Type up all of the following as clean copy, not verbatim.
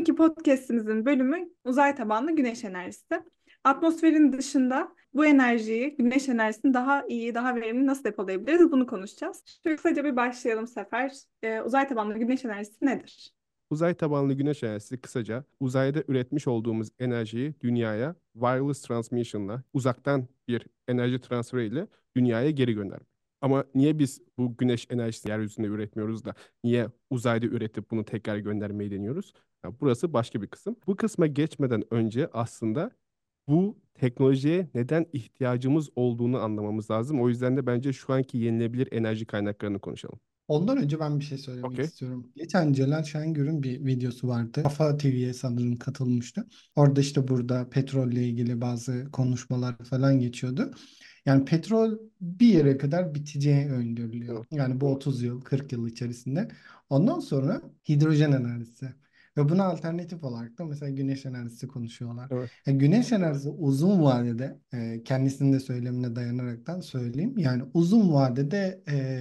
Bugünkü podcast'imizin bölümü uzay tabanlı güneş enerjisi. Atmosferin dışında bu enerjiyi, güneş enerjisini daha iyi, daha verimli nasıl depolayabiliriz? Bunu konuşacağız. Şöyle kısaca bir başlayalım Sefer. Uzay tabanlı güneş enerjisi nedir? Uzay tabanlı güneş enerjisi kısaca uzayda üretmiş olduğumuz enerjiyi dünyaya wireless transmission'la uzaktan bir enerji transferiyle dünyaya geri göndermek. Ama niye biz bu güneş enerjisini yeryüzünde üretmiyoruz da niye uzayda üretip bunu tekrar göndermeyi deniyoruz? Ya burası başka bir kısım. Bu kısma geçmeden önce aslında bu teknolojiye neden ihtiyacımız olduğunu anlamamız lazım. O yüzden de bence şu anki yenilebilir enerji kaynaklarını konuşalım. Ondan önce ben bir şey söylemek Okey? istiyorum. Geçen Celal Şengör'ün bir videosu vardı. Kafa TV'ye sanırım katılmıştı. Orada işte burada petrolle ilgili bazı konuşmalar falan geçiyordu. Yani petrol bir yere kadar biteceği öngörülüyor. Evet. Yani bu 30 yıl, 40 yıl içerisinde. Ondan sonra hidrojen enerjisi. Ve buna alternatif olarak da mesela güneş enerjisi konuşuyorlar. Evet. Güneş enerjisi uzun vadede kendisinin de söylemine dayanaraktan söyleyeyim. Yani uzun vadede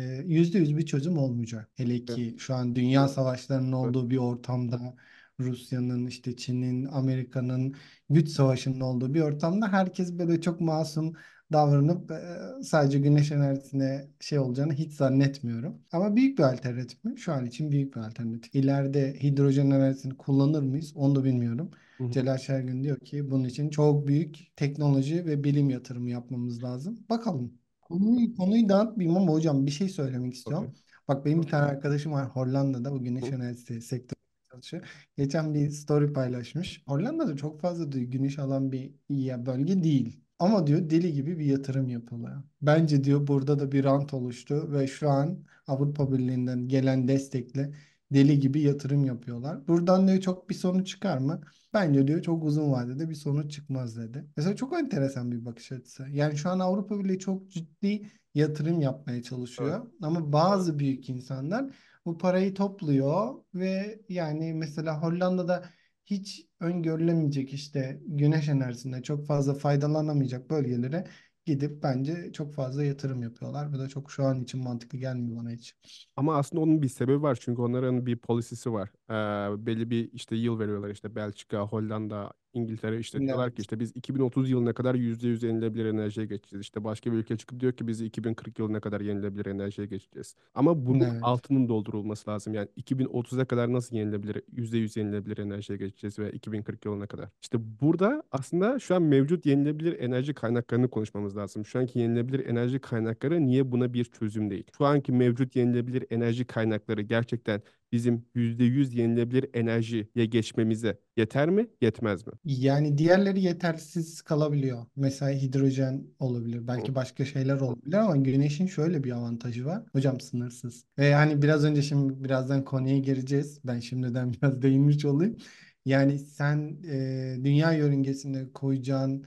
%100 bir çözüm olmayacak. Hele Evet. ki şu an dünya savaşlarının Evet. olduğu bir ortamda Rusya'nın, işte Çin'in, Amerika'nın güç savaşının olduğu bir ortamda herkes böyle çok masum davranıp sadece güneş enerjisine şey olacağını hiç zannetmiyorum. Ama büyük bir alternatif mi? Şu an için büyük bir alternatif. İleride hidrojen enerjisini kullanır mıyız? Onu da bilmiyorum. Hı hı. Celal Şergin diyor ki bunun için çok büyük teknoloji ve bilim yatırımı yapmamız lazım. Bakalım. Konuyu dağıtmayayım ama hocam bir şey söylemek Okey. istiyorum. Bak benim bir tane arkadaşım var Hollanda'da bu güneş Hı. enerjisi sektöründe çalışıyor. Geçen bir story paylaşmış. Hollanda'da çok fazla diyor, güneş alan bir bölge değil. Ama diyor deli gibi bir yatırım yapılıyor. Bence diyor burada da bir rant oluştu ve şu an Avrupa Birliği'nden gelen destekle deli gibi yatırım yapıyorlar. Buradan diyor çok bir sonuç çıkar mı? Bence diyor çok uzun vadede bir sonuç çıkmaz dedi. Mesela çok enteresan bir bakış açısı. Yani şu an Avrupa Birliği çok ciddi yatırım yapmaya Evet. çalışıyor. Ama bazı büyük insanlar bu parayı topluyor ve yani mesela Hollanda'da hiç öngörülemeyecek işte güneş enerjisinden çok fazla faydalanamayacak bölgelere gidip bence çok fazla yatırım yapıyorlar. Bu da çok şu an için mantıklı gelmiyor bana hiç. Ama aslında onun bir sebebi var çünkü onların bir policy'si var. Belli bir işte yıl veriyorlar işte Belçika, Hollanda, İngiltere işte diyorlar ki Evet. işte biz 2030 yılına kadar %100 yenilebilir enerjiye geçeceğiz. İşte başka bir ülke çıkıp diyor ki biz 2040 yılına kadar yenilebilir enerjiye geçeceğiz. Ama bunun Evet. altının doldurulması lazım. Yani 2030'a kadar nasıl yenilebilir, %100 yenilebilir enerjiye geçeceğiz ve 2040 yılına kadar. İşte burada aslında şu an mevcut yenilebilir enerji kaynaklarını konuşmamız lazım. Şu anki yenilebilir enerji kaynakları niye buna bir çözüm değil? Şu anki mevcut yenilebilir enerji kaynakları gerçekten bizim %100 yenilebilir enerjiye geçmemize yeter mi, yetmez mi? Yani diğerleri yetersiz kalabiliyor. Mesela hidrojen olabilir. Hı. Belki başka şeyler olabilir ama güneşin şöyle bir avantajı var. Hocam sınırsız. Ve hani biraz önce şimdi birazdan konuya gireceğiz. Ben şimdiden biraz değinmiş olayım. Yani sen dünya yörüngesine koyacağın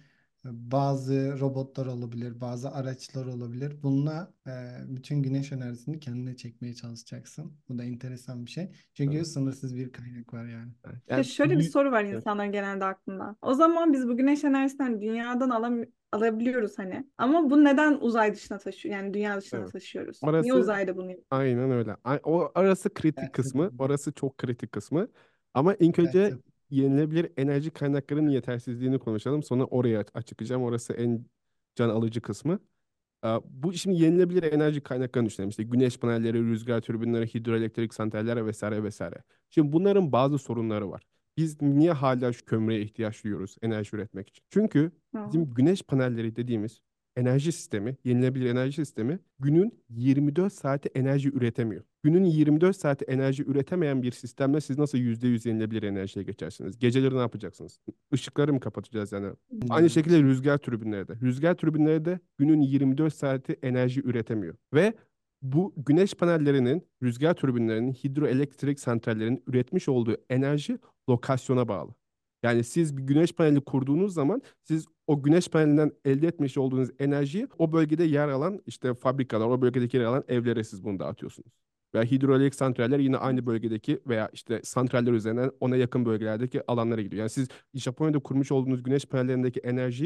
bazı robotlar olabilir, bazı araçlar olabilir. Bununla bütün güneş enerjisini kendine çekmeye çalışacaksın. Bu da enteresan bir şey. Çünkü Evet. sınırsız bir kaynak var yani. Ya Yani şöyle bir soru var insanların genelde aklında. O zaman biz bu güneş enerjisinden dünyadan alabiliyoruz hani. Ama bu neden uzay dışına taşıyor? Yani dünya dışına evet. taşıyoruz. Niye Orası uzayda bunu yapıyoruz? aynen öyle. O arası kritik Felsefe. kısmı. Orası çok kritik kısmı. Ama ilk önce Felsefe. yenilebilir enerji kaynaklarının yetersizliğini konuşalım. Sonra oraya açıklayacağım. Orası en can alıcı kısmı. Bu şimdi yenilebilir enerji kaynaklarını düşünelim. İşte güneş panelleri, rüzgar türbinleri, hidroelektrik santraller vesaire vesaire. Şimdi bunların bazı sorunları var. Biz niye hala şu kömüre ihtiyaç duyuyoruz enerji üretmek için? Çünkü Hı. bizim güneş panelleri dediğimiz enerji sistemi, yenilebilir enerji sistemi günün 24 saati enerji üretemiyor. Günün 24 saati enerji üretemeyen bir sistemle siz nasıl %100 yenilebilir enerjiye geçersiniz? Geceleri ne yapacaksınız? Işıkları mı kapatacağız yani? Aynı şekilde Evet. rüzgar türbinleri de. Rüzgar türbinleri de günün 24 saati enerji üretemiyor. Ve bu güneş panellerinin, rüzgar türbinlerinin, hidroelektrik santrallerinin üretmiş olduğu enerji lokasyona bağlı. Yani siz bir güneş paneli kurduğunuz zaman siz o güneş panelinden elde etmiş olduğunuz enerjiyi o bölgede yer alan işte fabrikalar, o bölgedeki yer alan evlere siz bunu dağıtıyorsunuz. Veya hidroelektrik santraller yine aynı bölgedeki veya işte santraller üzerinden ona yakın bölgelerdeki alanlara gidiyor. Yani siz Japonya'da kurmuş olduğunuz güneş panellerindeki enerjiyi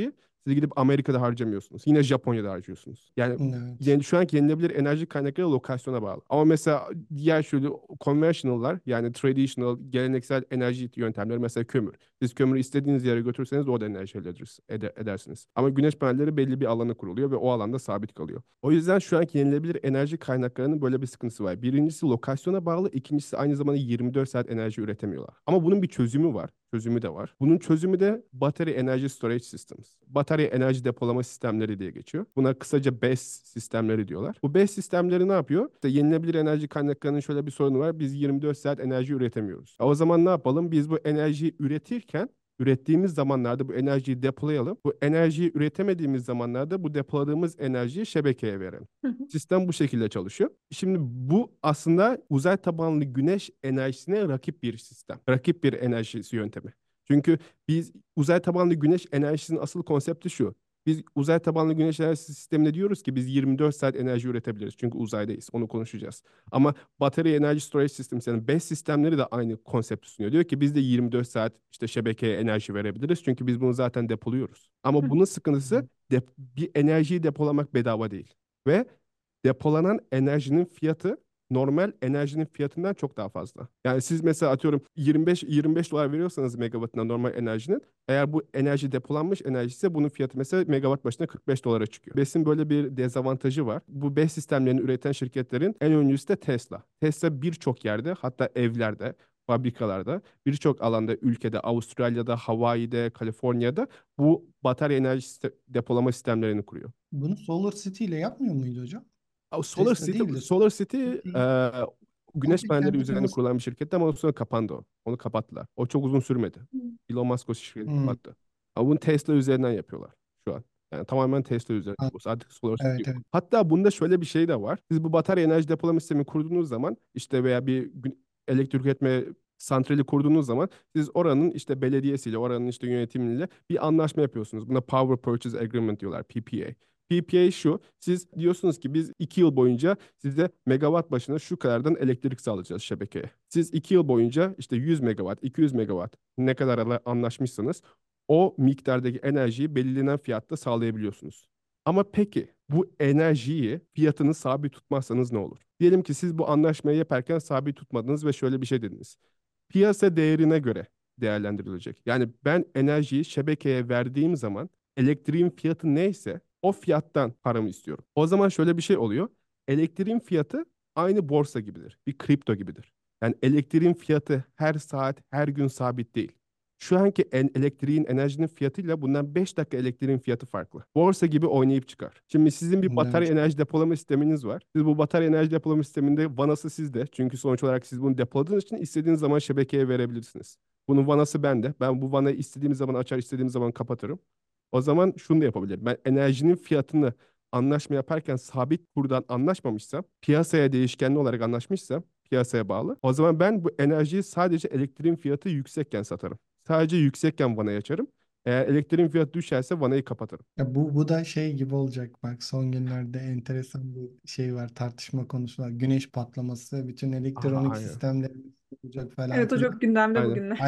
Siz gidip Amerika'da harcamıyorsunuz. Yine Japonya'da harcıyorsunuz. Yani Evet. şu anki yenilebilir enerji kaynakları lokasyona bağlı. Ama mesela diğer şöyle conventional'lar, yani traditional, geleneksel enerji yöntemleri, mesela kömür. Siz kömürü istediğiniz yere götürseniz orada enerji edersiniz. Ama güneş panelleri belli bir alana kuruluyor ve o alanda sabit kalıyor. O yüzden şu anki yenilebilir enerji kaynaklarının böyle bir sıkıntısı var. Birincisi lokasyona bağlı, ikincisi aynı zamanda 24 saat enerji üretemiyorlar. Ama bunun bir çözümü var. Çözümü de var. Bunun çözümü de Battery Energy Storage Systems. Batarya enerji depolama sistemleri diye geçiyor. Buna kısaca BESS sistemleri diyorlar. Bu BESS sistemleri ne yapıyor? İşte yenilebilir enerji kaynaklarının şöyle bir sorunu var. Biz 24 saat enerji üretemiyoruz. O zaman ne yapalım? Biz bu enerjiyi ürettiğimiz zamanlarda bu enerjiyi depolayalım. Bu enerjiyi üretemediğimiz zamanlarda bu depoladığımız enerjiyi şebekeye verelim. Hı hı. Sistem bu şekilde çalışıyor. Şimdi bu aslında uzay tabanlı güneş enerjisine rakip bir sistem. Rakip bir enerjisi yöntemi. Çünkü biz uzay tabanlı güneş enerjisinin asıl konsepti şu. Biz uzay tabanlı güneş enerjisi sisteminde diyoruz ki biz 24 saat enerji üretebiliriz. Çünkü uzaydayız. Onu konuşacağız. Ama Battery Energy Storage Systems, yani BESS sistemleri de aynı konsepti sunuyor. Diyor ki biz de 24 saat işte şebekeye enerji verebiliriz. Çünkü biz bunu zaten depoluyoruz. Ama bunun sıkıntısı bir enerjiyi depolamak bedava değil. Ve depolanan enerjinin fiyatı normal enerjinin fiyatından çok daha fazla. Yani siz mesela atıyorum 25 dolar veriyorsanız megawattına normal enerjinin, eğer bu enerji depolanmış enerji ise bunun fiyatı mesela megawatt başına 45 dolara çıkıyor. BES'in böyle bir dezavantajı var. Bu BES sistemlerini üreten şirketlerin en öncüsü de Tesla. Tesla birçok yerde, hatta evlerde, fabrikalarda, birçok alanda, ülkede, Avustralya'da, Hawaii'de, Kaliforniya'da bu batarya enerji depolama sistemlerini kuruyor. Bunu Solar City ile yapmıyor muydu hocam? Solar Tesla City, değildir. Solar City City. güneş Orada panelleri kendi üzerine teması. kurulan bir şirketti ama sonra kapandı o. Onu kapattılar. O çok uzun sürmedi. Elon Musk o şirketi Hmm. kapattı. Ama bunu Tesla üzerinden yapıyorlar şu an. Yani tamamen Tesla üzerine. Ha, Bu artık Solar City evet yok. evet. Hatta bunda şöyle bir şey de var. Siz bu batarya enerji depolama sistemi kurduğunuz zaman, işte veya bir elektrik üretme santrali kurduğunuz zaman, siz oranın işte belediyesiyle, oranın işte yönetimiyle bir anlaşma yapıyorsunuz. Buna Power Purchase Agreement diyorlar, PPA. PPA şu: siz diyorsunuz ki biz 2 yıl boyunca size megawatt başına şu kadardan elektrik sağlayacağız şebekeye. Siz 2 yıl boyunca işte 100 megawatt, 200 megawatt ne kadar anlaşmışsanız o miktardaki enerjiyi belirlenen fiyatta sağlayabiliyorsunuz. Ama peki bu enerjiyi, fiyatını sabit tutmazsanız ne olur? Diyelim ki siz bu anlaşmayı yaparken sabit tutmadınız ve şöyle bir şey dediniz: piyasa değerine göre değerlendirilecek. Yani ben enerjiyi şebekeye verdiğim zaman elektriğin fiyatı neyse o fiyattan paramı istiyorum. O zaman şöyle bir şey oluyor. Elektriğin fiyatı aynı borsa gibidir. Bir kripto gibidir. Yani elektriğin fiyatı her saat, her gün sabit değil. Şu anki elektriğin, enerjinin fiyatıyla bundan 5 dakika elektriğin fiyatı farklı. Borsa gibi oynayıp çıkar. Şimdi sizin bir Evet. batarya enerji depolama sisteminiz var. Siz bu batarya enerji depolama sisteminde vanası sizde. Çünkü sonuç olarak siz bunu depoladığınız için istediğiniz zaman şebekeye verebilirsiniz. Bunun vanası bende. Ben bu vanayı istediğim zaman açar, istediğim zaman kapatırım. O zaman şunu da yapabilirim. Ben enerjinin fiyatını anlaşma yaparken sabit kurdan anlaşmamışsam, piyasaya değişkenli olarak anlaşmışsam, piyasaya bağlı, o zaman ben bu enerjiyi sadece elektriğin fiyatı yüksekken satarım. Sadece yüksekken vanayı açarım. Eğer elektriğin fiyatı düşerse vanayı kapatırım. Ya bu da şey gibi olacak, bak son günlerde enteresan bir şey var, tartışma konusu var. Güneş patlaması bütün Aha, elektronik aynen. sistemleri olacak falan Evet, o filan. çok gündemde Aynen. bugünler.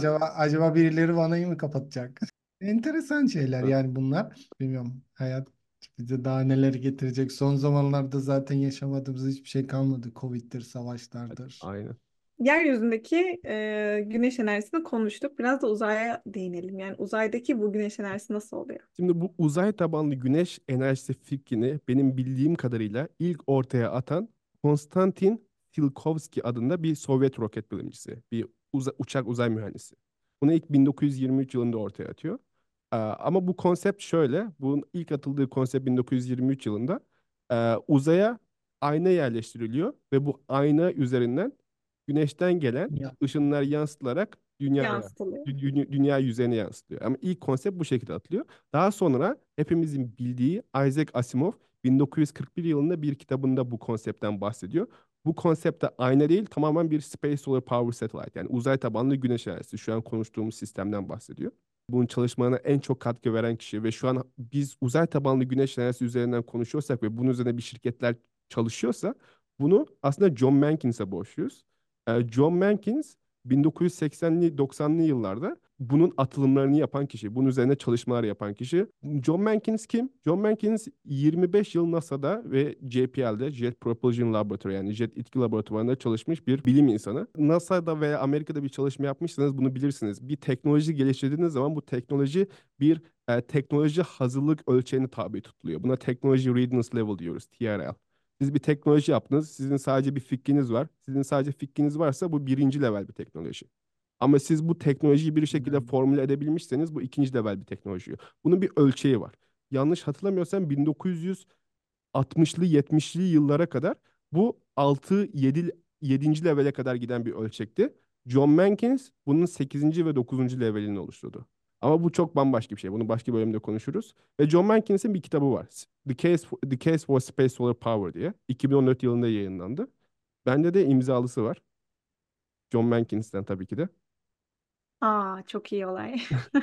Acaba birileri vanayı mı kapatacak? Enteresan şeyler Evet, yani bunlar. Bilmiyorum, hayat bize daha neler getirecek. Son zamanlarda zaten yaşamadığımız hiçbir şey kalmadı. Covid'dir, savaşlardır. aynen. Yeryüzündeki güneş enerjisini konuştuk. Biraz da uzaya değinelim. Yani uzaydaki bu güneş enerjisi nasıl oluyor? Şimdi bu uzay tabanlı güneş enerjisi fikrini benim bildiğim kadarıyla ilk ortaya atan Konstantin Tsiolkovsky adında bir Sovyet roket bilimcisi, bir uçak uzay mühendisi. Bunu ilk 1923 yılında ortaya atıyor. Ama bu konsept şöyle, bunun ilk atıldığı konsept 1923 yılında uzaya ayna yerleştiriliyor ve bu ayna üzerinden güneşten gelen Ya, ışınlar yansıtılarak dünyaya, Yansıtılıyor. dünya yüzeyine yansıtılıyor. Ama ilk konsept bu şekilde atılıyor. Daha sonra hepimizin bildiği Isaac Asimov 1941 yılında bir kitabında bu konseptten bahsediyor. Bu konsept de ayna değil, tamamen bir Space Solar Power Satellite, yani uzay tabanlı güneş enerjisi, şu an konuştuğumuz sistemden bahsediyor. Bunun çalışmalarına en çok katkı veren kişi ve şu an biz uzay tabanlı güneş enerjisi üzerinden konuşuyorsak ve bunun üzerine bir şirketler çalışıyorsa bunu aslında John Mankins'e borçluyuz. John Mankins 1980'li 90'lı yıllarda bunun atılımlarını yapan kişi, bunun üzerine çalışmalar yapan kişi. John Mankins kim? John Mankins 25 yıl NASA'da ve JPL'de, Jet Propulsion Laboratory, yani Jet İtki Laboratuvarı'nda çalışmış bir bilim insanı. NASA'da veya Amerika'da bir çalışma yapmışsanız bunu bilirsiniz. Bir teknoloji geliştirdiğiniz zaman bu teknoloji bir teknoloji hazırlık ölçeğine tabi tutuluyor. Buna Technology Readiness Level diyoruz, TRL. Siz bir teknoloji yaptınız, sizin sadece bir fikriniz var. Sizin sadece fikriniz varsa bu birinci level bir teknoloji. Ama siz bu teknolojiyi bir şekilde Yani, formüle edebilmişseniz bu ikinci level bir teknoloji. Bunun bir ölçeği var. Yanlış hatırlamıyorsam 1960'lı 70'li yıllara kadar bu 6-7 7. levele kadar giden bir ölçekti. John Mankins bunun 8. ve 9. levelini oluşturdu. Ama bu çok bambaşka bir şey. Bunu başka bölümde konuşuruz. Ve John Mankins'in bir kitabı var. The Case for Space Solar Power diye. 2014 yılında yayınlandı. Bende de imzalısı var. John Mankins'ten tabii ki de. Aa, çok iyi olay.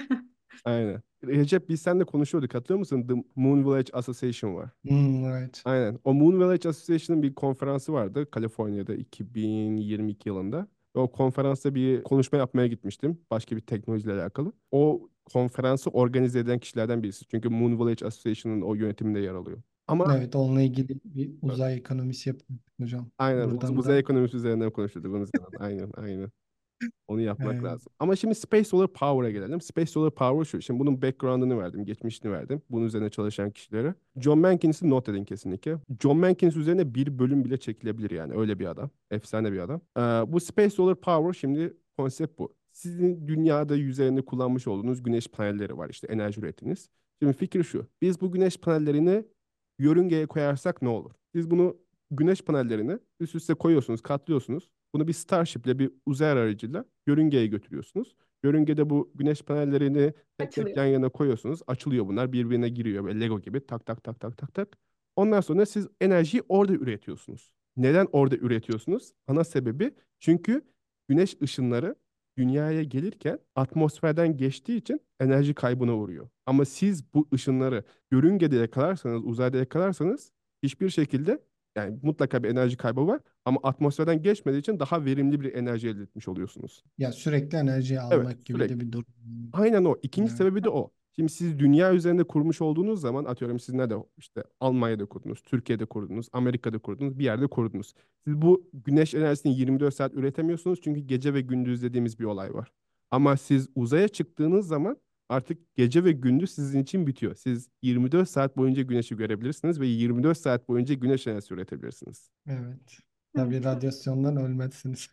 Aynen. Recep, biz seninle konuşuyorduk, hatırlıyor musun? The Moon Village Association var. evet. Aynen. O Moon Village Association'ın bir konferansı vardı Kaliforniya'da 2022 yılında. Ve o konferansta bir konuşma yapmaya gitmiştim. Başka bir teknolojiyle alakalı. O konferansı organize eden kişilerden birisi. Çünkü Moon Village Association'ın o yönetiminde yer alıyor. Ama Evet, onunla ilgili bir uzay ekonomisi yapıyoruz hocam. aynen Buradan uzay da ekonomisi üzerinden konuşuyorduk onun üzerinden. Aynen, aynen. Onu yapmak evet. lazım. Ama şimdi Space Solar Power'a gelelim. Space Solar Power şu. Şimdi bunun background'ını verdim, geçmişini verdim. Bunun üzerine çalışan kişilere. John Mankins'i not edin kesinlikle. John Mankins üzerine bir bölüm bile çekilebilir yani. Öyle bir adam. Efsane bir adam. Bu Space Solar Power, şimdi konsept bu. Sizin dünyada üzerinde kullanmış olduğunuz güneş panelleri var, işte enerji üretiniz. Şimdi fikir şu. Biz bu güneş panellerini yörüngeye koyarsak ne olur? Siz bunu güneş panellerini üst üste koyuyorsunuz, katlıyorsunuz. Bunu bir Starship'le, bir uzay aracıyla yörüngeye götürüyorsunuz. Yörüngede bu güneş panellerini tek tek Açılıyor. yan yana koyuyorsunuz. Açılıyor bunlar, birbirine giriyor böyle Lego gibi, tak tak tak tak tak tak. Ondan sonra siz enerjiyi orada üretiyorsunuz. Neden orada üretiyorsunuz? Ana sebebi, çünkü güneş ışınları dünyaya gelirken atmosferden geçtiği için enerji kaybına uğruyor. Ama siz bu ışınları yörüngede yakalarsanız, uzayda yakalarsanız hiçbir şekilde, yani mutlaka bir enerji kaybı var ama atmosferden geçmediği için daha verimli bir enerji elde etmiş oluyorsunuz. Ya sürekli enerji Evet, almak gibi de sürekli. bir durum. Aynen o. İkinci Evet. sebebi de o. Şimdi siz dünya üzerinde kurmuş olduğunuz zaman, atıyorum siz nerede, işte Almanya'da kurdunuz, Türkiye'de kurdunuz, Amerika'da kurdunuz, bir yerde kurdunuz. Siz bu güneş enerjisini 24 saat üretemiyorsunuz çünkü gece ve gündüz dediğimiz bir olay var. Ama siz uzaya çıktığınız zaman artık gece ve gündüz sizin için bitiyor. Siz 24 saat boyunca güneşi görebilirsiniz ve 24 saat boyunca güneş enerjisi üretebilirsiniz. Evet. Tabii Evet. radyasyondan ölmezsiniz.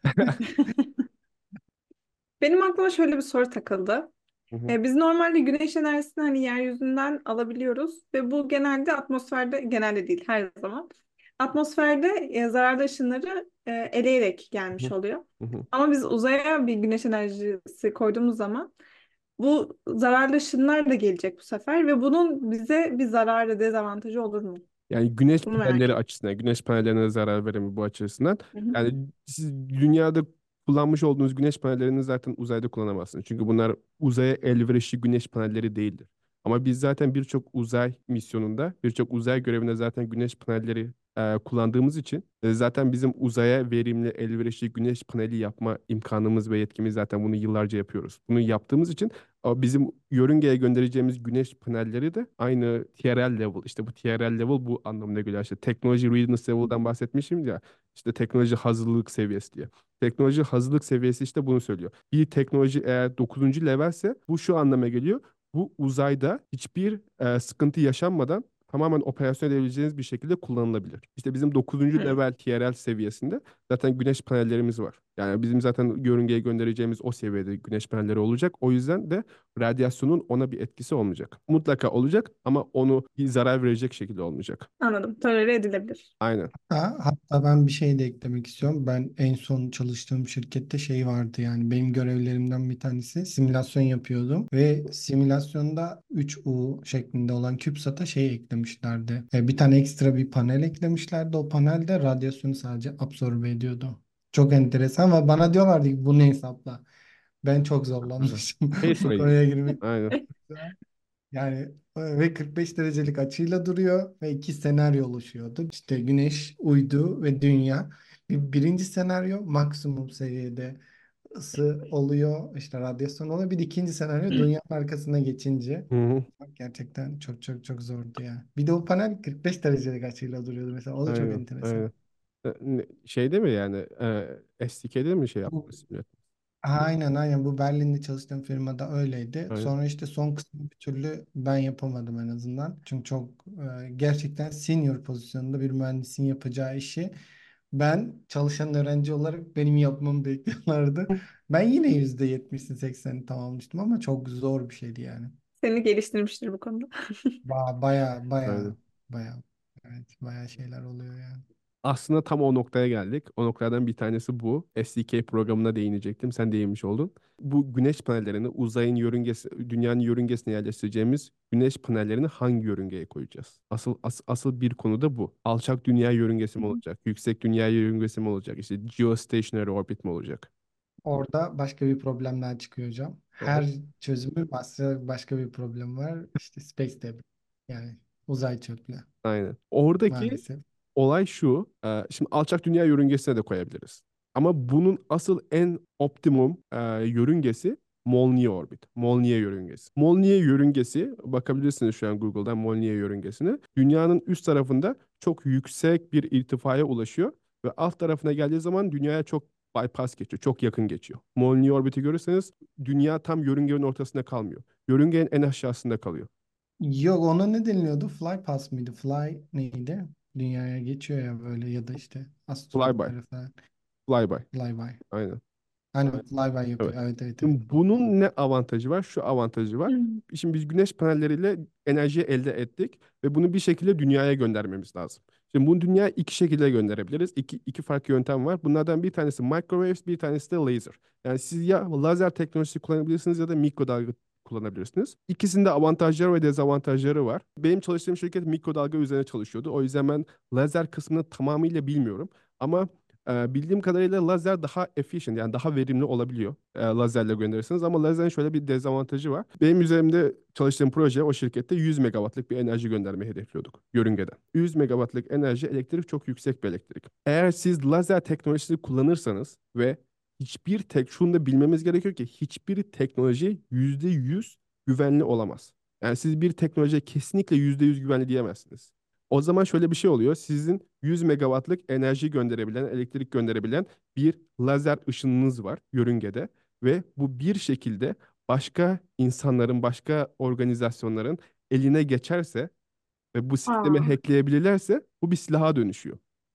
Benim aklıma şöyle bir soru takıldı. Hı hı, Biz normalde güneş enerjisini hani yeryüzünden alabiliyoruz ve bu genelde atmosferde, genelde değil her zaman, atmosferde zararlı ışınları eleyerek hı gelmiş oluyor. hı, hı. Ama biz uzaya bir güneş enerjisi koyduğumuz zaman bu zararlı ışınlar da gelecek bu sefer ve bunun bize bir zararı, dezavantajı olur mu? Yani güneş Bunu merak panelleri ettim. açısından, güneş panellerine zarar verir mi bu açısından? Hı hı. Yani siz dünyada kullanmış olduğunuz güneş panellerini zaten uzayda kullanamazsınız. Çünkü bunlar uzaya elverişli güneş panelleri değildir. Ama biz zaten birçok uzay misyonunda, birçok uzay görevinde zaten güneş panelleri kullandığımız için zaten bizim uzaya verimli, elverişli güneş paneli yapma imkanımız ve yetkimiz, zaten bunu yıllarca yapıyoruz. Bunu yaptığımız için bizim yörüngeye göndereceğimiz güneş panelleri de aynı TRL level. İşte bu TRL level bu anlamına geliyor. İşte Technology Readiness Level'dan bahsetmişim ya. İşte teknoloji hazırlık seviyesi diye. Teknoloji hazırlık seviyesi işte bunu söylüyor. Bir teknoloji eğer 9. levelse bu şu anlama geliyor. Bu uzayda hiçbir sıkıntı yaşanmadan tamamen operasyon edebileceğiniz bir şekilde kullanılabilir. İşte bizim 9. Hı. level TRL seviyesinde zaten güneş panellerimiz var. Yani bizim zaten yörüngeye göndereceğimiz o seviyede güneş panelleri olacak. O yüzden de radyasyonun ona bir etkisi olmayacak. Mutlaka olacak ama onu bir zarar verecek şekilde olmayacak. Anladım. Tolere edilebilir. Aynen. Hatta ben bir şey de eklemek istiyorum. Ben en son çalıştığım şirkette şey vardı, yani benim görevlerimden bir tanesi simülasyon yapıyordum ve simülasyonda 3U şeklinde olan CubeSat'a şey eklemişlerdi. Bir tane ekstra bir panel eklemişlerdi. O panel de radyasyonu sadece absorbe ediyordu. Çok enteresan ve bana diyorlardı ki bunu hesapla. Ben çok Aha. zorlanmıştım Space bu Race. konuya girmek. Aynen. Yani ve 45 derecelik açıyla duruyor ve iki senaryo oluşuyordu. İşte Güneş, uydu ve Dünya. Birinci senaryo maksimum seviyede ısı oluyor, işte radyasyon oluyor. Bir de ikinci senaryo dünyanın arkasına geçince Hı hı. gerçekten çok çok çok zordu ya. Bir de o panel 45 derecelik açıyla duruyordu mesela. O da çok Aynen. enteresan. Aynen. Şeyde mi yani SDK'de mi şey Bu yaptınız simülatör? aynen aynen bu Berlin'de çalıştığım firmada öyleydi. Aynen. Sonra işte son kısmı bir türlü ben yapamadım en azından. Çünkü çok gerçekten senior pozisyonunda bir mühendisin yapacağı işi ben çalışan öğrenci olarak benim yapmamı bekliyorlardı. Ben yine %70'ini 80'ini tamamlamıştım ama çok zor bir şeydi yani. Seni geliştirmiştir bu konuda. Baya Aynen. baya baya evet baya şeyler oluyor yani. Aslında tam o noktaya geldik. O noktalardan bir tanesi bu. SDK programına değinecektim. Sen değinmiş oldun. Bu güneş panellerini uzayın yörüngesi, dünyanın yörüngesine yerleştireceğimiz güneş panellerini hangi yörüngeye koyacağız? Asıl bir konu da bu. Alçak dünya yörüngesi mi olacak? Yüksek dünya yörüngesi mi olacak? İşte geostationary orbit mi olacak? Orada başka bir problemler çıkıyor hocam. Evet. Her çözümün başka bir problem var. İşte space debris. Yani uzay çöplüğü Aynen. Oradaki maalesef. olay şu. Şimdi alçak dünya yörüngesine de koyabiliriz. Ama bunun asıl en optimum yörüngesi Molniye orbit. Molniye yörüngesi. Molniye yörüngesi bakabilirsiniz şu an Google'dan Molniye yörüngesine. Dünyanın üst tarafında çok yüksek bir irtifaya ulaşıyor ve alt tarafına geldiği zaman dünyaya çok bypass geçiyor. Çok yakın geçiyor. Molniye orbiti görürseniz dünya tam yörüngenin ortasında kalmıyor. Yörüngenin en aşağısında kalıyor. Yok ona ne deniliyordu? Fly pass mıydı? Fly neydi? Dünyaya geçiyor ya böyle ya da işte Flyby. astronotlara falan. Flyby. Flyby. Aynen. Aynen flyby Evet. yapıyor. Evet evet evet. Şimdi bunun ne avantajı var? Şu avantajı var. Hmm. Şimdi biz güneş panelleriyle enerjiyi elde ettik ve bunu bir şekilde dünyaya göndermemiz lazım. Şimdi bunu dünyaya iki şekilde gönderebiliriz. İki farklı yöntem var. Bunlardan bir tanesi microwaves, bir tanesi de laser. Yani siz ya lazer teknolojisi kullanabilirsiniz ya da mikrodalga kullanabilirsiniz. İkisinde avantajları ve dezavantajları var. Benim çalıştığım şirket mikrodalga üzerine çalışıyordu. O yüzden ben lazer kısmını tamamıyla bilmiyorum. Ama bildiğim kadarıyla lazer daha efficient yani daha verimli olabiliyor lazerle gönderirseniz ama lazerin şöyle bir dezavantajı var. Benim üzerimde çalıştığım proje o şirkette 100 megawattlık bir enerji göndermeyi hedefliyorduk yörüngeden. 100 megawattlık enerji elektrik çok yüksek bir elektrik. Eğer siz lazer teknolojisini kullanırsanız ve şunu da bilmemiz gerekiyor ki hiçbir teknoloji %100 güvenli olamaz. Yani siz bir teknolojiye kesinlikle %100 güvenli diyemezsiniz. O zaman şöyle bir şey oluyor. Sizin 100 megawattlık enerji gönderebilen, elektrik gönderebilen bir lazer ışınınız var yörüngede ve bu bir şekilde başka insanların, başka organizasyonların eline geçerse ve bu sistemi Aa, hackleyebilirlerse bu bir silaha dönüşüyor.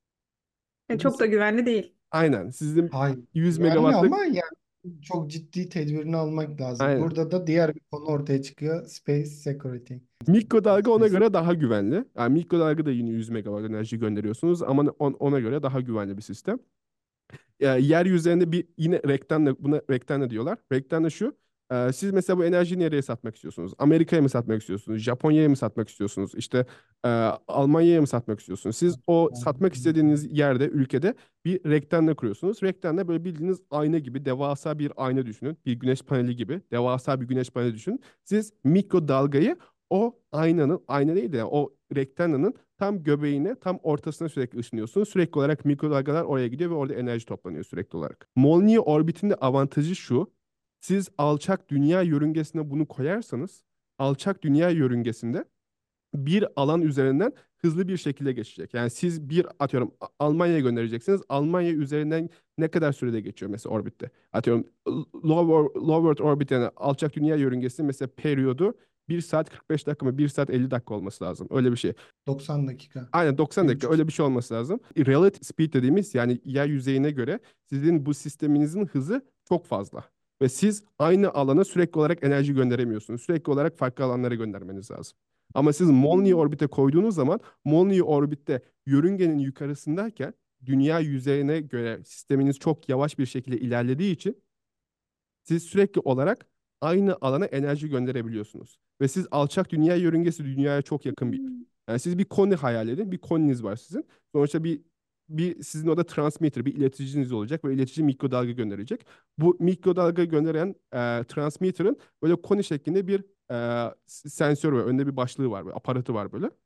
Bu çok da güvenli değil. aynen sizin Hayır. 100 Güvenli megawattlık ama yani çok ciddi tedbirini almak lazım. aynen. Burada da diğer bir konu ortaya çıkıyor. Space security. Mikrodalga ona Space. göre daha güvenli. Yani mikrodalga da yine 100 megawatt enerji gönderiyorsunuz ama ona göre daha güvenli bir sistem. Yeryüzünde bir yine rektanla buna rektanla diyorlar. Rektanla şu. Siz mesela bu enerjiyi nereye satmak istiyorsunuz? Amerika'ya mı satmak istiyorsunuz? Japonya'ya mı satmak istiyorsunuz? İşte e, Almanya'ya mı satmak istiyorsunuz? Siz o satmak istediğiniz yerde, ülkede bir rektanla kuruyorsunuz. Rektanla böyle bildiğiniz ayna gibi devasa bir ayna düşünün. Bir güneş paneli gibi devasa bir güneş paneli düşünün. Siz mikrodalgayı o ayna değil de yani o rektanlanın tam göbeğine, tam ortasına sürekli ışınıyorsunuz. Sürekli olarak mikrodalgalar oraya gidiyor ve orada enerji toplanıyor sürekli olarak. Molniye orbitinde avantajı şu. Siz alçak dünya yörüngesine bunu koyarsanız, alçak dünya yörüngesinde bir alan üzerinden hızlı bir şekilde geçecek. Yani siz bir atıyorum Almanya'ya göndereceksiniz. Almanya üzerinden ne kadar sürede geçiyor mesela orbitte? Atıyorum low Earth orbit yani alçak dünya yörüngesi mesela periyodu 1 saat 45 dakika mı 1 saat 50 dakika olması lazım. Öyle bir şey. 90 dakika. Aynen 90 Bir dakika buçuk. öyle bir şey olması lazım. Relative speed dediğimiz yani yer yüzeyine göre sizin bu sisteminizin hızı çok fazla. Ve siz aynı alana sürekli olarak enerji gönderemiyorsunuz. Sürekli olarak farklı alanlara göndermeniz lazım. Ama siz Molniya Hmm. orbite koyduğunuz zaman Molniya orbitte yörüngenin yukarısındayken dünya yüzeyine göre sisteminiz çok yavaş bir şekilde ilerlediği için siz sürekli olarak aynı alana enerji gönderebiliyorsunuz. Ve siz alçak dünya yörüngesi dünyaya çok yakın bir yer. Yani siz bir koni hayal edin. Bir koniniz var sizin. Sonuçta bir sizin orada transmitter, bir ileticiniz olacak ve iletici mikrodalga gönderecek. Bu mikrodalga gönderen transmitter'ın böyle koni şeklinde bir sensör var. Önünde bir başlığı var, böyle, aparatı var böyle.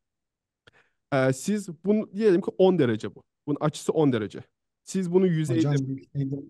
Siz bunu diyelim ki 10 derece bu. Bunun açısı 10 derece. Siz bunu yüzeyde... Hocam bir şey, Ha?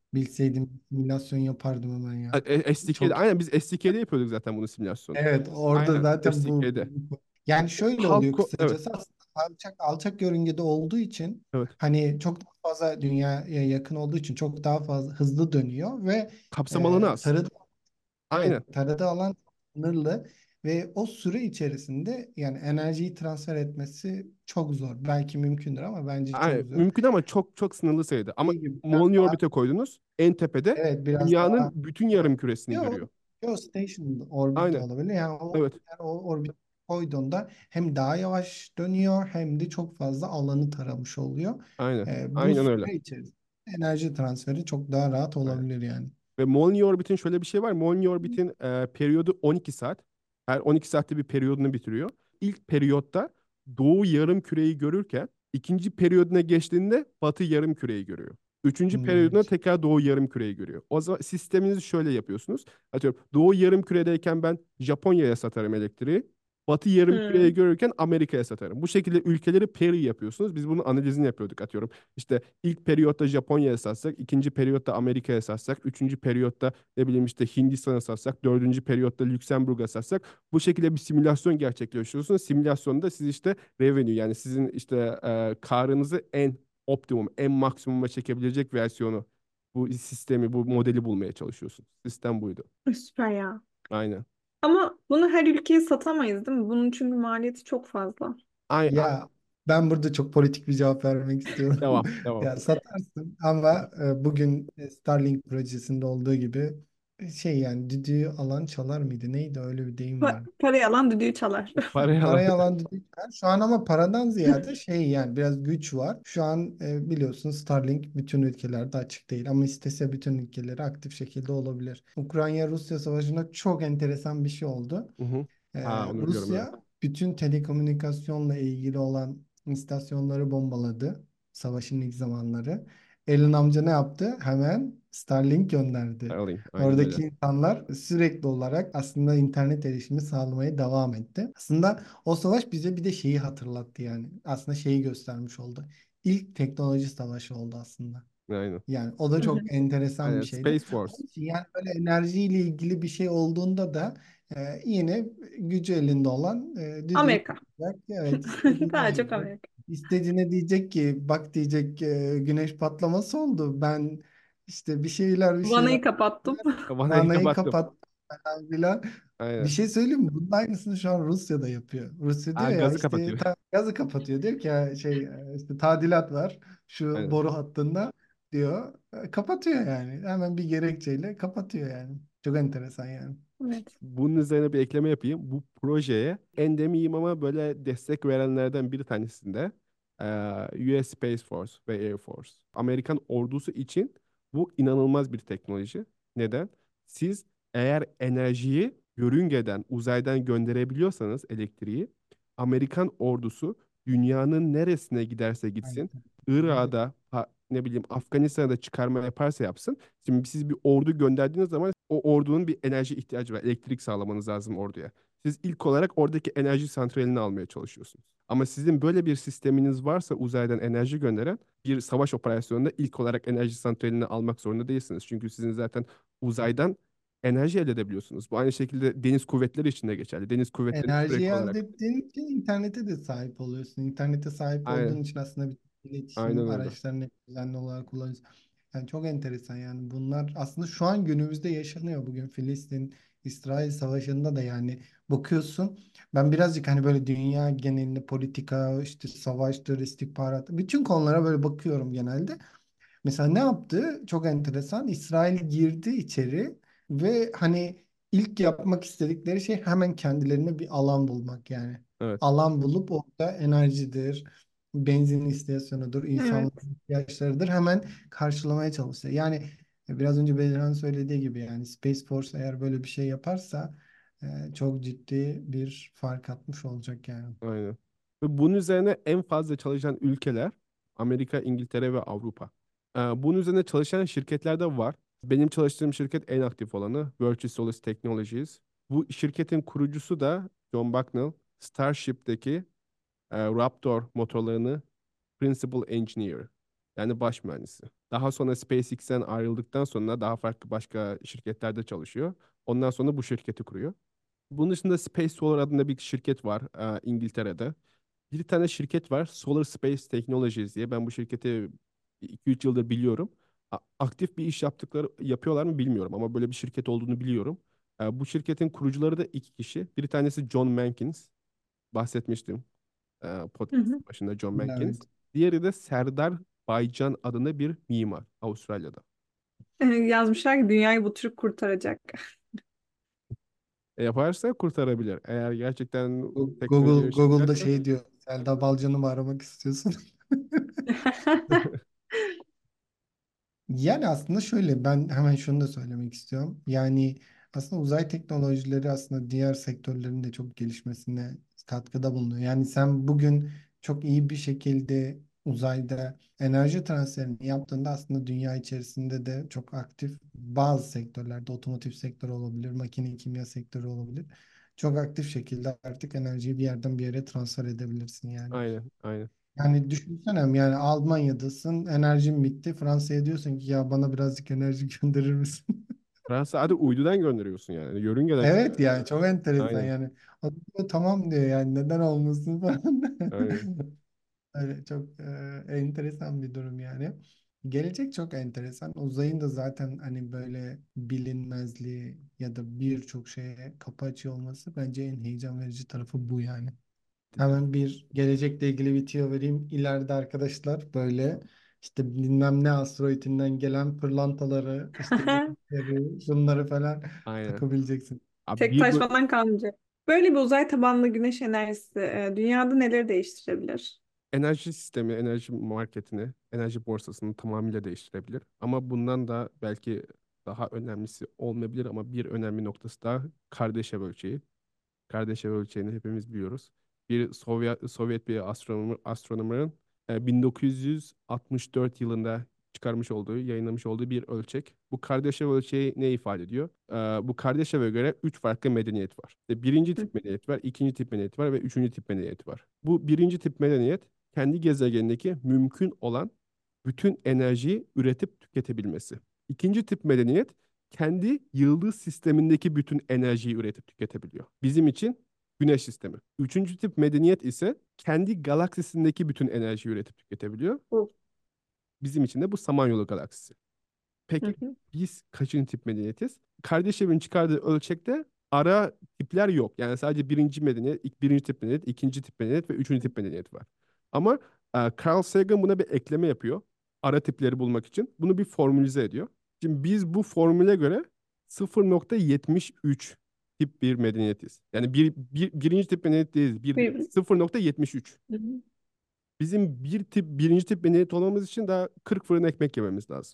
Bilseydim simülasyon yapardım hemen ya. SDK'de, Çok aynen biz SDK'de yapıyorduk zaten bunun simülasyonu. evet, orada Aynen zaten bu SDK'de. yani şöyle oluyor Halko, evet, kısacası, aslında alçak yörüngede olduğu için evet. hani çok daha fazla dünyaya yakın olduğu için çok daha fazla hızlı dönüyor ve Kapsam alanı az. taradığı Aynen, evet, taradığı alan sınırlı ve o süre içerisinde yani enerjiyi transfer etmesi çok zor. Belki mümkündür ama bence çok aynen. zor. Mümkün ama çok çok sınırlı sayıda. Ama İyi gibi biraz Molniya daha orbite koydunuz. En tepede evet biraz dünyanın daha bütün evet. yarım küresini Yo, görüyor. Geostation orbit de Aynen. olabilir. Yani Evet. o orbit koyduğunda hem daha yavaş dönüyor hem de çok fazla alanı taramış oluyor. Aynen. Bu Aynen öyle. süre içerisinde enerji transferi çok daha rahat Aynen. olabilir yani. Ve Molniya orbitin şöyle bir şey var. Molniya orbitin periyodu 12 saat. Her 12 saatte bir periyodunu bitiriyor. İlk periyotta doğu yarım küreyi görürken ikinci periyoduna geçtiğinde batı yarım küreyi görüyor. Üçüncü periyoduna Evet. tekrar doğu yarım küreyi görüyor. O zaman sisteminizi şöyle yapıyorsunuz. Atıyorum doğu yarım küredeyken ben Japonya'ya satarım elektriği. Batı yarım küreyi Hmm. görürken Amerika'ya satarım. Bu şekilde ülkeleri peri yapıyorsunuz. Biz bunun analizini yapıyorduk atıyorum. İşte ilk periyotta Japonya'ya satsak, ikinci periyotta Amerika'ya satsak, üçüncü periyotta ne bileyim işte Hindistan'a satsak, dördüncü periyotta Lüksemburg'a satsak, bu şekilde bir simülasyon gerçekleştiriyorsunuz. Simülasyonda siz işte revenue, yani sizin işte karınızı en optimum, en maksimuma çekebilecek versiyonu, bu sistemi, bu modeli bulmaya çalışıyorsunuz. Sistem buydu. Süper ya. Aynen. Ama bunu her ülkeye satamayız değil mi? Bunun çünkü maliyeti çok fazla. Ya ben burada çok politik bir cevap vermek istiyorum. Devam, devam. Ya satarsın ama bugün Starlink projesinde olduğu gibi şey yani düdüğü alan çalar mıydı? Neydi? Öyle bir deyim var. Parayı alan düdüğü çalar. Parayı alan. Parayı alan düdüğü çalar. Şu an ama paradan ziyade şey yani biraz güç var. Şu an biliyorsun Starlink bütün ülkelerde açık değil ama istese bütün ülkeleri aktif şekilde olabilir. Ukrayna-Rusya savaşında çok enteresan bir şey oldu. Hı hı. Ha, onu biliyorum, evet. Rusya bütün telekomünikasyonla ilgili olan istasyonları bombaladı. Savaşın ilk zamanları. Elon amca ne yaptı? Hemen Starlink gönderdi. Starlink, aynen öyle. Oradaki insanlar sürekli olarak aslında internet erişimi sağlamaya devam etti. Aslında o savaş bize bir de şeyi hatırlattı yani. Aslında şeyi göstermiş oldu. İlk teknoloji savaşı oldu aslında. Aynen. Yani o da Hı hı. çok enteresan bir Aynen. şeydi. Space Force. Onun için yani böyle enerjiyle ilgili bir şey olduğunda da yine gücü elinde olan düdüğü Amerika. çalacak. Evet, istediğini Daha çok diyecek. Amerika. İstediğine diyecek ki bak diyecek güneş patlaması oldu. Ben işte bir şeyler Vanayı kapattım. Vanayı vanayı kapattım. kapat falan filan. Bir Aynen. şey söyleyeyim mi? Bunun aynısını şu an Rusya da yapıyor. Rusya Aa, diyor ya gazı işte kapatıyor. gazı kapatıyor. Diyor ki ya şey işte tadilat var şu Aynen. boru hattında diyor. Kapatıyor yani. Hemen bir gerekçeyle kapatıyor yani. Çok enteresan yani. Evet. Bunun üzerine bir ekleme yapayım. Bu projeye en demeyeyim ama böyle destek verenlerden bir tanesinde US Space Force ve Air Force. Amerikan ordusu için bu inanılmaz bir teknoloji. Neden? Siz eğer enerjiyi yörüngeden, uzaydan gönderebiliyorsanız elektriği, Amerikan ordusu dünyanın neresine giderse Aynen. gitsin, Irak'da, ne bileyim Afganistan'da çıkarma yaparsa yapsın. Şimdi siz bir ordu gönderdiğiniz zaman o ordunun bir enerji ihtiyacı var. Elektrik sağlamanız lazım orduya. Siz ilk olarak oradaki enerji santralini almaya çalışıyorsunuz. Ama sizin böyle bir sisteminiz varsa uzaydan enerji gönderen, bir savaş operasyonunda ilk olarak enerji santralini almak zorunda değilsiniz. Çünkü sizin zaten uzaydan enerji elde edebiliyorsunuz. Bu aynı şekilde deniz kuvvetleri için de geçerli. Deniz kuvvetleri Enerjiyi sürekli elde olarak. ettiğin için internete de sahip oluyorsun. İnternete sahip olduğun Aynen. için aslında bir Aynen iletişim öyle. araçlarını düzenli olarak kullanıyorsun. Yani çok enteresan yani bunlar aslında şu an günümüzde yaşanıyor. Bugün Filistin-İsrail savaşında da yani bakıyorsun. Ben birazcık hani böyle dünya genelinde politika, işte savaştır, istihbarat bütün konulara böyle bakıyorum genelde. Mesela ne yaptı? Çok enteresan. İsrail girdi içeri ve hani ilk yapmak istedikleri şey hemen kendilerine bir alan bulmak yani. Evet. Alan bulup orada enerjidir, benzin istasyonudur, Evet. insanların ihtiyaçlarıdır hemen karşılamaya çalışıyor. Yani biraz önce Bedirhan söylediği gibi yani Space Force eğer böyle bir şey yaparsa çok ciddi bir fark atmış olacak yani. Aynen. Ve bunun üzerine en fazla çalışan ülkeler Amerika, İngiltere ve Avrupa. Bunun üzerine çalışan şirketler de var. Benim çalıştığım şirket en aktif olanı Virtue Solis Technologies. Bu şirketin kurucusu da John Bucknell. Starship'teki Raptor motorlarını Principal Engineer, yani baş mühendisi. Daha sonra SpaceX'ten ayrıldıktan sonra daha farklı başka şirketlerde çalışıyor. Ondan sonra bu şirketi kuruyor. Bunun dışında Space Solar adında bir şirket var İngiltere'de. Bir tane şirket var Solar Space Technologies diye. Ben bu şirketi 2-3 yıldır biliyorum. Aktif bir iş yapıyorlar mı bilmiyorum ama böyle bir şirket olduğunu biliyorum. Bu şirketin kurucuları da iki kişi. Bir tanesi John Mankins. Bahsetmiştim Hı hı. podcast başında John Mankins. Evet. Diğeri de Serdar Baycan adında bir mimar Avustralya'da. Yazmışlar ki dünyayı bu Türk kurtaracak. Yaparsa kurtarabilir. Eğer gerçekten teknolojiye Google Google'da ışınlayacaksa şey diyor. Selda Balcan'ı mı aramak istiyorsun? Yani aslında şöyle ben hemen şunu da söylemek istiyorum. Yani aslında uzay teknolojileri aslında diğer sektörlerin de çok gelişmesine katkıda bulunuyor. Yani sen bugün çok iyi bir şekilde uzayda enerji transferini yaptığında aslında dünya içerisinde de çok aktif bazı sektörlerde otomotiv sektörü olabilir, makine kimya sektörü olabilir. Çok aktif şekilde artık enerjiyi bir yerden bir yere transfer edebilirsin yani. aynen aynen. Yani düşünsene yani Almanya'dasın, enerjin bitti. Fransa'ya diyorsun ki ya bana birazcık enerji gönderir misin? Fransa hadi uydudan gönderiyorsun yani. Yörüngeden Evet gönderiyorsun. yani çok enteresan Aynen. yani. O da tamam diyor yani neden olmasın falan. Aynen. Öyle çok enteresan bir durum yani. Gelecek çok enteresan. Uzayın da zaten hani böyle bilinmezliği ya da birçok şeye kapı açıyor olması bence en heyecan verici tarafı bu yani. Hemen bir gelecekle ilgili bir tüyo vereyim. İleride arkadaşlar böyle işte bilmem ne asteroidinden gelen pırlantaları işte Venüsleri, şunları falan Aynen. takabileceksin. Abi Tek taş falan kalmayacak. Böyle bir uzay tabanlı güneş enerjisi dünyada neleri değiştirebilir? enerji sistemi, enerji marketini, enerji borsasını tamamıyla değiştirebilir. Ama bundan da belki daha önemlisi olmayabilir ama bir önemli noktası da Kardashev ölçeği. Kardashev ölçeğini hepimiz biliyoruz. Bir Sovyet bir astronomların 1964 yılında çıkarmış olduğu, yayınlamış olduğu bir ölçek. Bu Kardashev ölçeği ne ifade ediyor? Bu Kardashev'e göre 3 farklı medeniyet var. Birinci Hı tip medeniyet var, ikinci tip medeniyet var ve üçüncü tip medeniyet var. Bu birinci tip medeniyet kendi gezegenindeki mümkün olan bütün enerjiyi üretip tüketebilmesi. İkinci tip medeniyet kendi yıldız sistemindeki bütün enerjiyi üretip tüketebiliyor. Bizim için Güneş sistemi. Üçüncü tip medeniyet ise kendi galaksisindeki bütün enerjiyi üretip tüketebiliyor. Hı Bizim için de bu Samanyolu galaksisi. Peki hı. biz kaçıncı tip medeniyetiz? Kardashev çıkardığı ölçekte ara tipler yok. Yani sadece birinci medeniyet, birinci tip medeniyet, ikinci tip medeniyet ve üçüncü tip medeniyet var. Ama Carl Sagan buna bir ekleme yapıyor. Ara tipleri bulmak için. Bunu bir formülize ediyor. Şimdi biz bu formüle göre 0,73 tip bir medeniyetiz. Yani birinci tip medeniyet değiliz. Bir- 0,73. Hı hı. Bizim birinci tip medeniyet olmamız için daha 40 fırın ekmek yememiz lazım.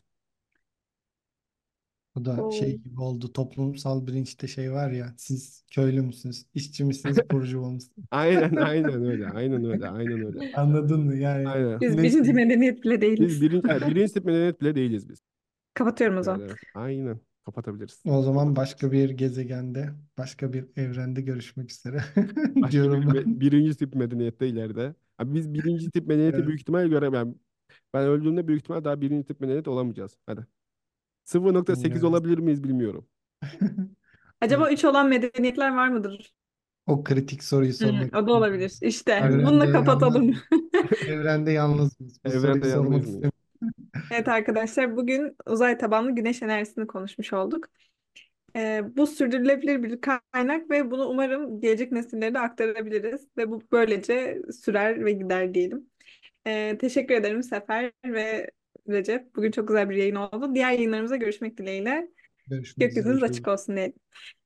Bu da Oo. şey gibi oldu toplumsal bilinçte şey var ya siz köylü müsünüz, işçi misiniz, burjuva mısınız? Aynen aynen öyle. Aynen öyle. Aynen öyle. Anladın mı? Yani Aynen. Biz ne birinci medeniyet bile Biz değiliz. birinci tip medeniyet bile değiliz biz. Kapatıyorum o Evet, zaman. evet. Aynen. Kapatabiliriz. o zaman başka bir gezegende, başka bir evrende görüşmek üzere Başka diyorum ben. birinci tip medeniyette ileride. Abi biz birinci tip medeniyeti Evet, büyük ihtimal göre ben öldüğümde büyük ihtimal daha birinci tip medeniyet olamayacağız. Hadi. 0,8 evet. olabilir miyiz bilmiyorum. Acaba üç olan medeniyetler var mıdır? O kritik soruyu Hı, sormak o da istiyorum. olabilir. İşte Evrende bununla yalnız kapatalım. mıyız? Evrende yalnız mıyız? Bu Evrende soruyu yalnız sormak mıyız? istiyorum. Evet arkadaşlar bugün uzay tabanlı güneş enerjisini konuşmuş olduk. Bu sürdürülebilir bir kaynak ve bunu umarım gelecek nesillere de aktarabiliriz ve bu böylece sürer ve gider diyelim. Teşekkür ederim Sefer ve Recep. Bugün çok güzel bir yayın oldu. Diğer yayınlarımıza görüşmek dileğiyle. Görüşmek üzere. Gökyüzünüz açık Görüşürüz. olsun diyelim.